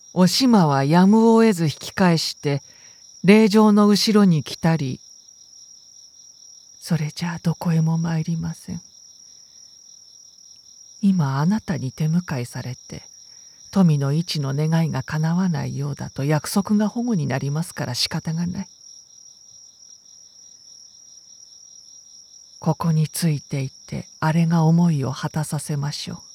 おしまはやむを得ず引き返して霊場の後ろに来たり、それじゃあどこへも参りません。今あなたに手向かいされて富の一の願いが叶わないようだと約束が保護になりますから仕方がない。ここについていてあれが思いを果たさせましょう。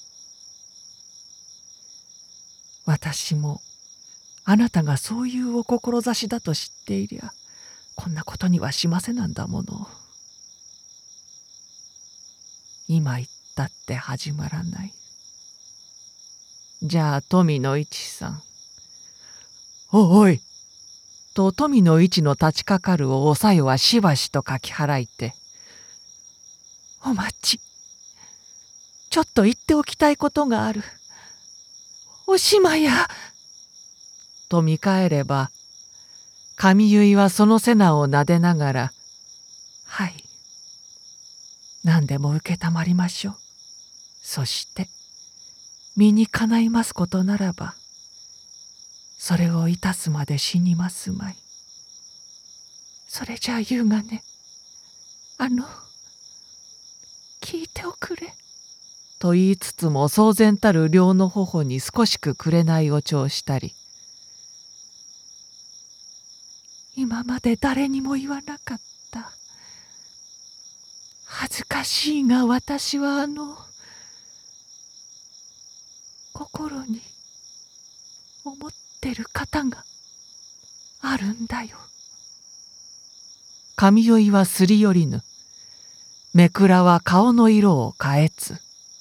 私もあなたがそういうお志だと知っていりゃこんなことにはしませなんだもの。今言ったって始まらない。じゃあ富の一さん。おいと富の一の立ちかかるをおさよはしばしと書き払いて、お待ち。ちょっと言っておきたいことがある。おしまや。と見返れば、髪結はその背中をなでながら、はい。何でも承りましょう。そして、身にかないますことならば、それをいたすまで死にますまい。それじゃあ言うがね、聞いておくれ。と言いつつも騒然たる両の頬に少しく紅を調したり、今まで誰にも言わなかった。恥ずかしいが私は心に思ってる方があるんだよ。髪結いはすり寄りぬ。めくらは顔の色を変えつ。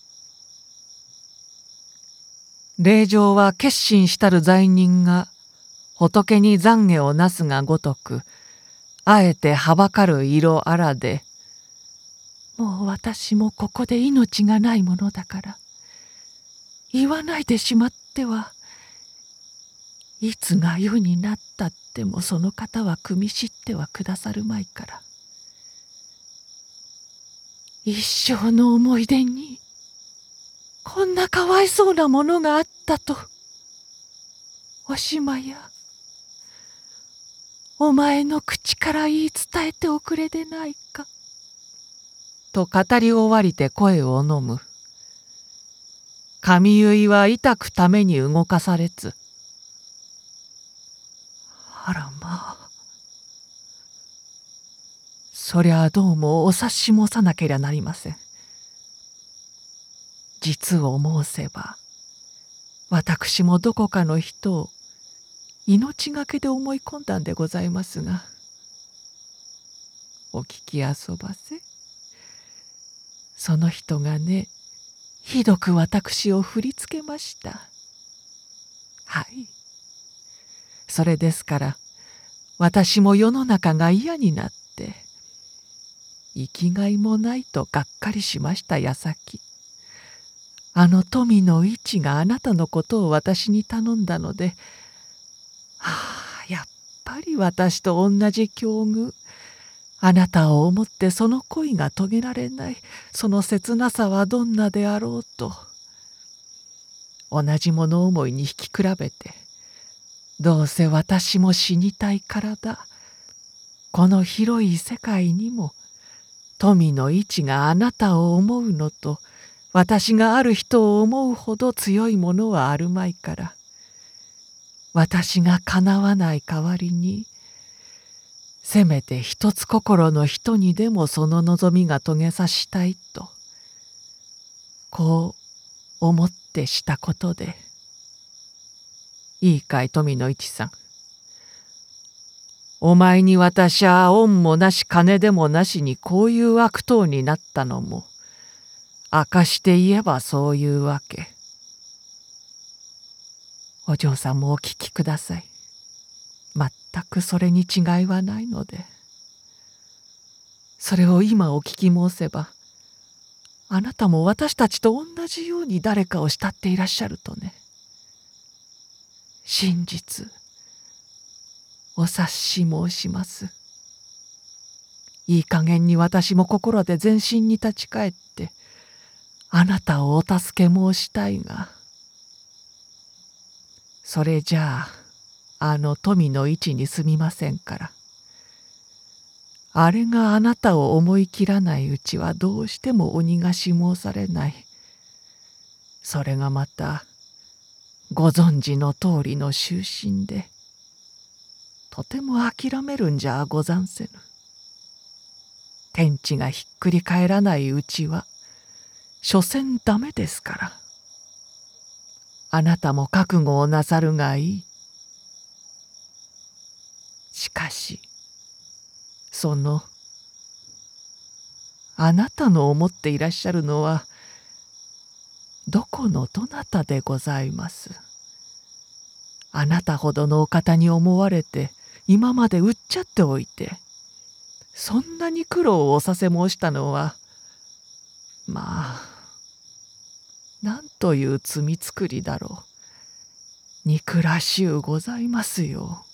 霊場は決心したる罪人が仏に懺悔をなすがごとく、あえてはばかる色あらで、もう私もここで命がないものだから、言わないでしまってはいつが世になったってもその方は汲み知ってはくださるまいから、一生の思い出にこんなかわいそうなものがあったと。おしまや、お前の口から言い伝えておくれでないか。と語り終わりて声をのむ。髪結いは痛くために動かされつ。あらまあ。そりゃあどうもお察し申さなけりゃなりません。実を申せば、私もどこかの人を命がけで思い込んだんでございますが、お聞きあそばせ。その人がね、ひどく私を振りつけました。はい。それですから、私も世の中が嫌になって、生きがいもないとがっかりしました矢先、富の一があなたのことを私に頼んだので、やっぱり私と同じ境遇、あなたを思ってその恋が遂げられない、その切なさはどんなであろうと、同じ物思いに引き比べて、どうせ私も死にたいからだ。この広い世界にも、富の一があなたを思うのと、私がある人を思うほど強いものはあるまいから、私がかなわない代わりに、せめて一つ心の人にでもその望みが遂げさしたいと、こう思ってしたことで。いいかい富の一さん。お前に私は恩もなし金でもなしにこういう悪党になったのも、明かして言えばそういうわけ。お嬢さんもお聞きください。全くそれに違いはないので。それを今お聞き申せば、あなたも私たちと同じように誰かを慕っていらっしゃるとね。真実、お察し申します。いい加減に私も心で全身に立ち返って、あなたをお助け申したいが、 それじゃあ富の位置にすみませんから。あれがあなたを思い切らないうちはどうしても鬼がし申されない。それがまたご存知の通りの終身で、とても諦めるんじゃござんせぬ。天地がひっくり返らないうちは所詮ダメですから。あなたも覚悟をなさるがいい。しかしあなたの思っていらっしゃるのはどこのどなたでございます。あなたほどのお方に思われて今まで売っちゃっておいて、そんなに苦労をおさせ申したのは、まあなんという罪作りだろう。憎らしゅうございますよ。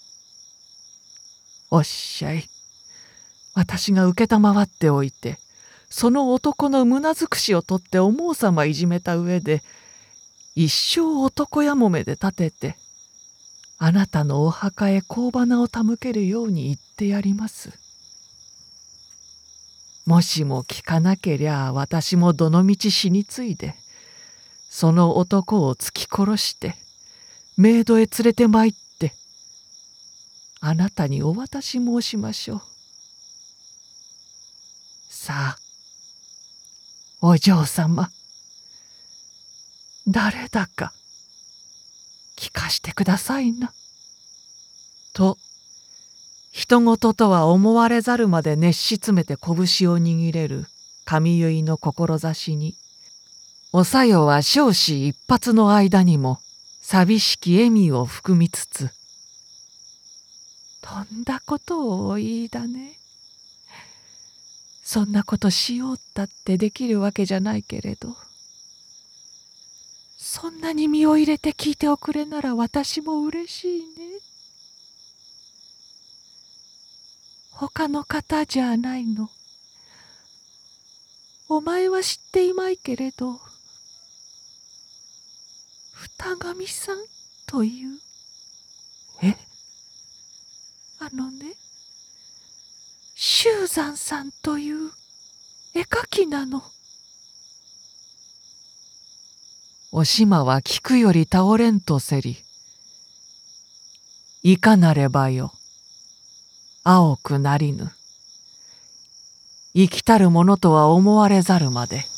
おっしゃい。私が承っておいて、その男の胸尽くしを取って思うさまいじめた上で、一生男やもめで立てて、あなたのお墓へ香花を手向けるように言ってやります。もしも聞かなけりゃ私もどのみち死についで、その男を突き殺して冥土へ連れて参って、あなたにお渡し申しましょう。さあお嬢様、誰だか聞かしてくださいな。と人事とは思われざるまで熱し詰めて拳を握れる髪結いの志に、おさよは少子一髪の間にも寂しき笑みを含みつつ、とんだことをお言いだね。そんなことしようったってできるわけじゃないけれど、そんなに身を入れて聞いておくれなら私も嬉しいね。他の方じゃないの。お前は知っていまいけれど、二神さんという。え？秀山さんという絵描きなの。おしまは聞くより倒れんとせり、いかなればよ、青くなりぬ。生きたるものとは思われざるまで。